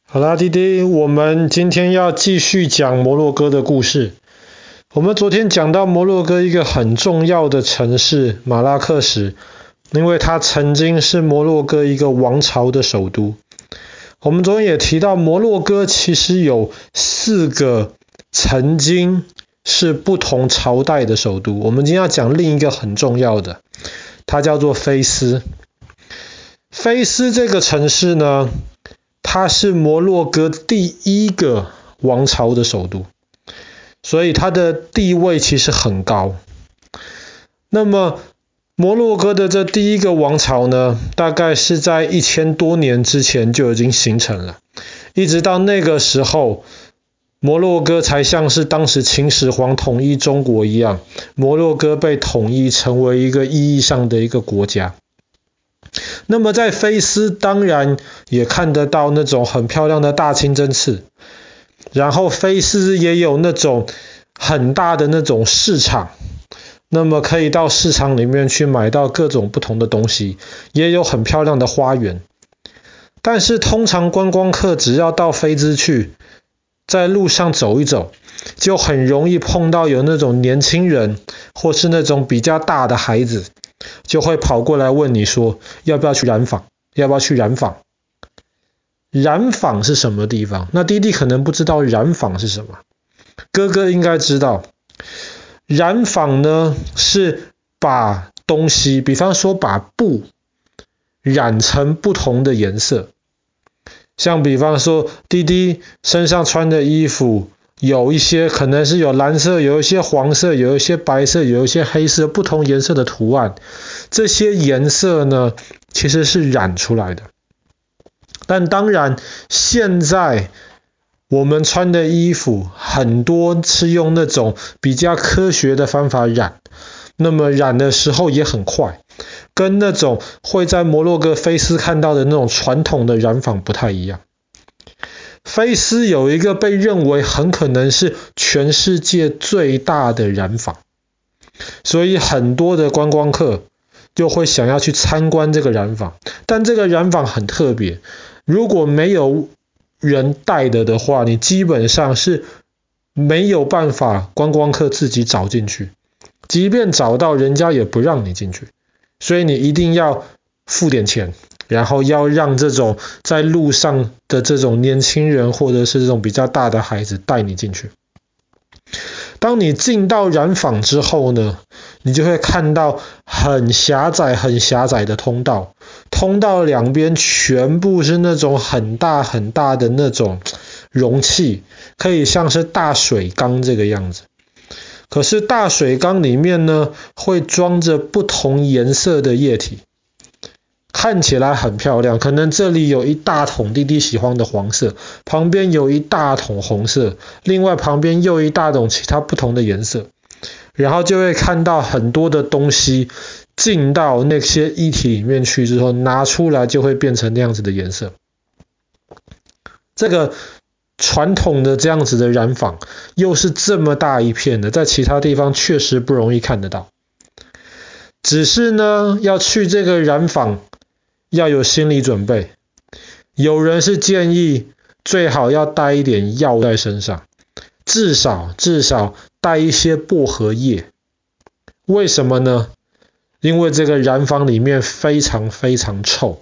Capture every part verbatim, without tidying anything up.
好啦，弟弟，我们今天要继续讲摩洛哥的故事。我们昨天讲到摩洛哥一个很重要的城市马拉喀什，因为它曾经是摩洛哥一个王朝的首都。我们昨天也提到，摩洛哥其实有四个曾经是不同朝代的首都。我们今天要讲另一个很重要的，它叫做菲斯。菲斯这个城市呢，它是摩洛哥第一个王朝的首都，所以它的地位其实很高。那么摩洛哥的这第一个王朝呢，大概是在一千多年之前就已经形成了，一直到那个时候，摩洛哥才像是当时秦始皇统一中国一样，摩洛哥被统一成为一个意义上的一个国家。那么在菲斯当然也看得到那种很漂亮的大清真寺，然后菲斯也有那种很大的那种市场，那么可以到市场里面去买到各种不同的东西，也有很漂亮的花园。但是通常观光客只要到菲斯去，在路上走一走，就很容易碰到有那种年轻人或是那种比较大的孩子，就会跑过来问你说，要不要去染坊？要不要去染坊？染坊是什么地方？那弟弟可能不知道染坊是什么，哥哥应该知道。染坊呢，是把东西，比方说把布染成不同的颜色。像比方说弟弟身上穿的衣服，有一些可能是有蓝色，有一些黄色，有一些白色，有一些黑色，不同颜色的图案。这些颜色呢，其实是染出来的。但当然，现在我们穿的衣服很多是用那种比较科学的方法染，那么染的时候也很快，跟那种会在摩洛哥菲斯看到的那种传统的染坊不太一样。菲斯有一个被认为很可能是全世界最大的染坊，所以很多的观光客就会想要去参观这个染坊。但这个染坊很特别，如果没有人带的的话，你基本上是没有办法观光客自己找进去，即便找到，人家也不让你进去，所以你一定要付点钱，然后要让这种在路上的这种年轻人或者是这种比较大的孩子带你进去。当你进到染坊之后呢，你就会看到很狭窄很狭窄的通道，通道两边全部是那种很大很大的那种容器，可以像是大水缸这个样子。可是大水缸里面呢，会装着不同颜色的液体，看起来很漂亮，可能这里有一大桶弟弟喜欢的黄色，旁边有一大桶红色，另外旁边又一大桶其他不同的颜色，然后就会看到很多的东西进到那些液体里面去之后，拿出来就会变成那样子的颜色。这个传统的这样子的染坊又是这么大一片的，在其他地方确实不容易看得到。只是呢，要去这个染坊要有心理准备，有人是建议最好要带一点药在身上，至少至少带一些薄荷叶。为什么呢？因为这个染坊里面非常非常臭。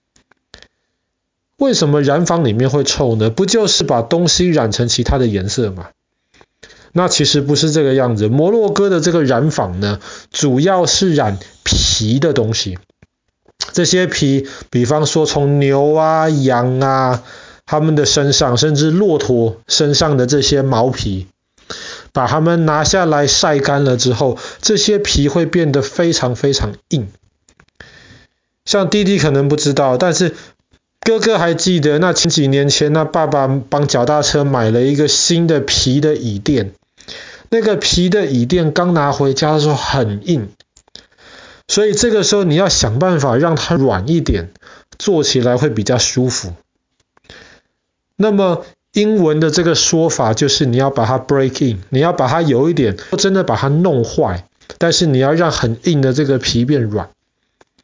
为什么染坊里面会臭呢？不就是把东西染成其他的颜色吗？那其实不是这个样子。摩洛哥的这个染坊呢，主要是染皮的东西。这些皮，比方说从牛啊、羊啊，他们的身上，甚至骆驼身上的这些毛皮，把它们拿下来晒干了之后，这些皮会变得非常非常硬。像弟弟可能不知道，但是哥哥还记得，那前几年前，那爸爸帮脚踏车买了一个新的皮的椅垫，那个皮的椅垫刚拿回家的时候很硬，所以这个时候你要想办法让它软一点，坐起来会比较舒服。那么英文的这个说法就是你要把它 break in， 你要把它有一点真的把它弄坏，但是你要让很硬的这个皮变软。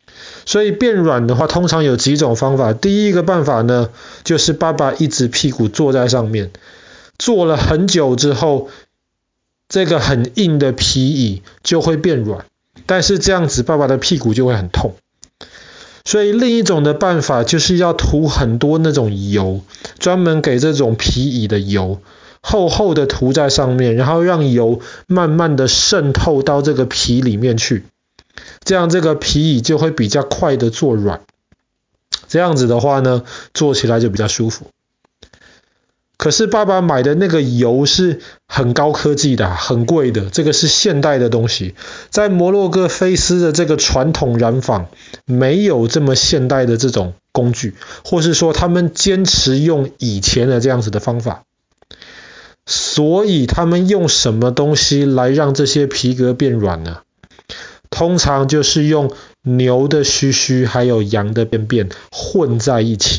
所以变软的话，通常有几种方法。第一个办法呢，就是爸爸一直屁股坐在上面，坐了很久之后，这个很硬的皮椅就会变软，但是这样子爸爸的屁股就会很痛。所以另一种的办法就是要涂很多那种油，专门给这种皮椅的油，厚厚的涂在上面，然后让油慢慢的渗透到这个皮里面去，这样这个皮椅就会比较快的做软。这样子的话呢，坐起来就比较舒服。可是爸爸买的那个油是很高科技的，很贵的，这个是现代的东西。在摩洛哥菲斯的这个传统染坊没有这么现代的这种工具，或是说他们坚持用以前的这样子的方法。所以他们用什么东西来让这些皮革变软呢？通常就是用牛的须须还有羊的便便混在一起。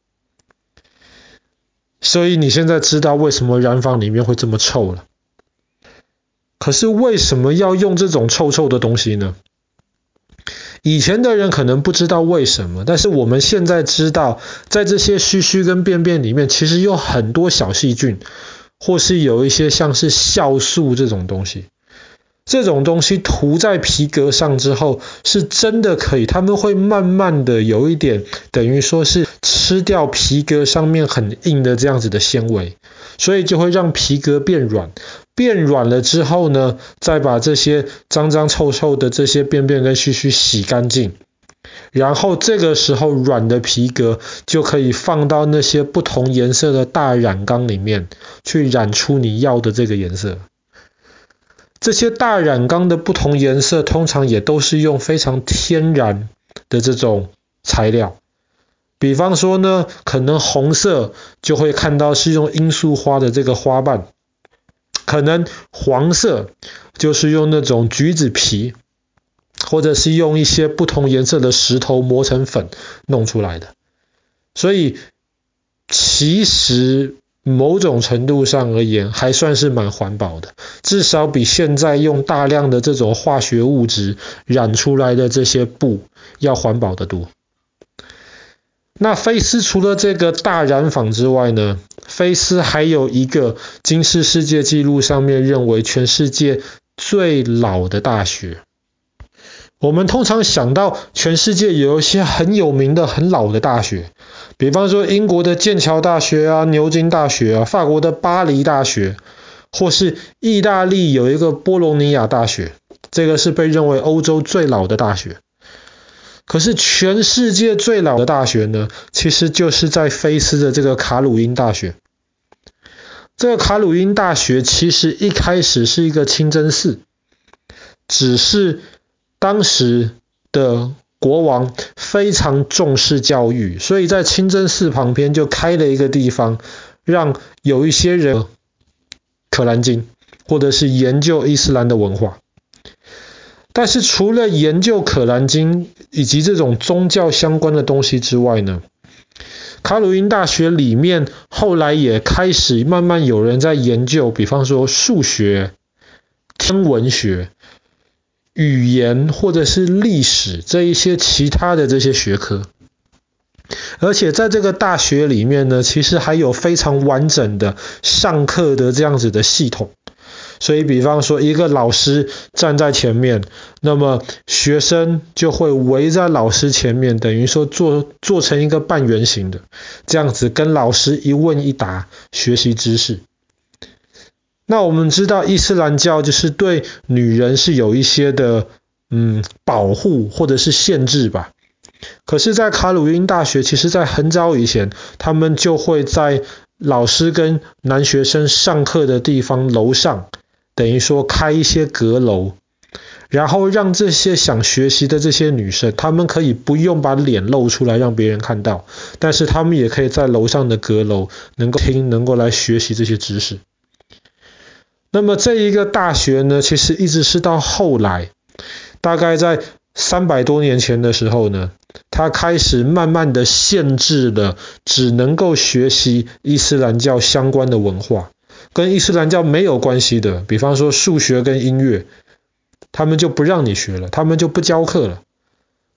所以你现在知道为什么染坊里面会这么臭了。可是为什么要用这种臭臭的东西呢？以前的人可能不知道为什么，但是我们现在知道，在这些须须跟便便里面其实有很多小细菌，或是有一些像是酵素这种东西。这种东西涂在皮革上之后，是真的可以，他们会慢慢的有一点，等于说是吃掉皮革上面很硬的这样子的纤维，所以就会让皮革变软。变软了之后呢，再把这些脏脏臭臭的这些便便跟须须洗干净，然后这个时候软的皮革就可以放到那些不同颜色的大染缸里面，去染出你要的这个颜色。这些大染缸的不同颜色通常也都是用非常天然的这种材料，比方说呢，可能红色就会看到是用罂粟花的这个花瓣，可能黄色就是用那种橘子皮，或者是用一些不同颜色的石头磨成粉弄出来的。所以其实某种程度上而言还算是蛮环保的，至少比现在用大量的这种化学物质染出来的这些布要环保得多。那菲斯除了这个大染坊之外呢，菲斯还有一个金氏世界纪录上面认为全世界最老的大学。我们通常想到全世界有一些很有名的很老的大学，比方说英国的剑桥大学啊、牛津大学啊、法国的巴黎大学，或是意大利有一个波罗尼亚大学，这个是被认为欧洲最老的大学。可是全世界最老的大学呢，其实就是在菲斯的这个卡鲁因大学。这个卡鲁因大学其实一开始是一个清真寺，只是当时的国王非常重视教育，所以在清真寺旁边就开了一个地方，让有一些人可兰经，或者是研究伊斯兰的文化。但是除了研究可兰经以及这种宗教相关的东西之外呢，卡鲁因大学里面后来也开始慢慢有人在研究，比方说数学、天文学、语言或者是历史这一些其他的这些学科。而且在这个大学里面呢，其实还有非常完整的上课的这样子的系统。所以比方说一个老师站在前面，那么学生就会围在老师前面，等于说做做成一个半圆形的，这样子跟老师一问一答，学习知识。那我们知道伊斯兰教就是对女人是有一些的嗯保护或者是限制吧。可是在卡鲁因大学，其实在很早以前，他们就会在老师跟男学生上课的地方楼上，等于说开一些阁楼，然后让这些想学习的这些女生，她们可以不用把脸露出来让别人看到，但是她们也可以在楼上的阁楼能够听，能够来学习这些知识。那么这一个大学呢，其实一直是到后来，大概在三百多年前的时候呢，它开始慢慢的限制了只能够学习伊斯兰教相关的文化，跟伊斯兰教没有关系的，比方说数学跟音乐，他们就不让你学了，他们就不教课了。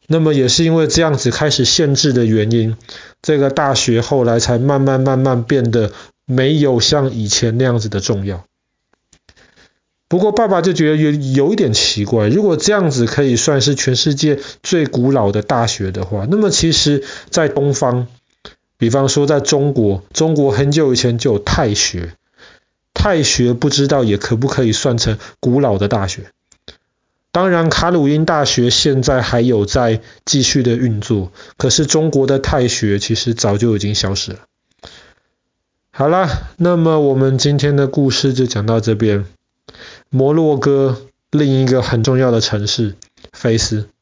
那么也是因为这样子开始限制的原因，这个大学后来才慢慢慢慢变得没有像以前那样子的重要。不过爸爸就觉得有有一点奇怪，如果这样子可以算是全世界最古老的大学的话，那么其实在东方，比方说在中国，中国很久以前就有太学，太学不知道也可不可以算成古老的大学。当然卡鲁因大学现在还有在继续的运作，可是中国的太学其实早就已经消失了。好啦，那么我们今天的故事就讲到这边。摩洛哥另一个很重要的城市菲斯。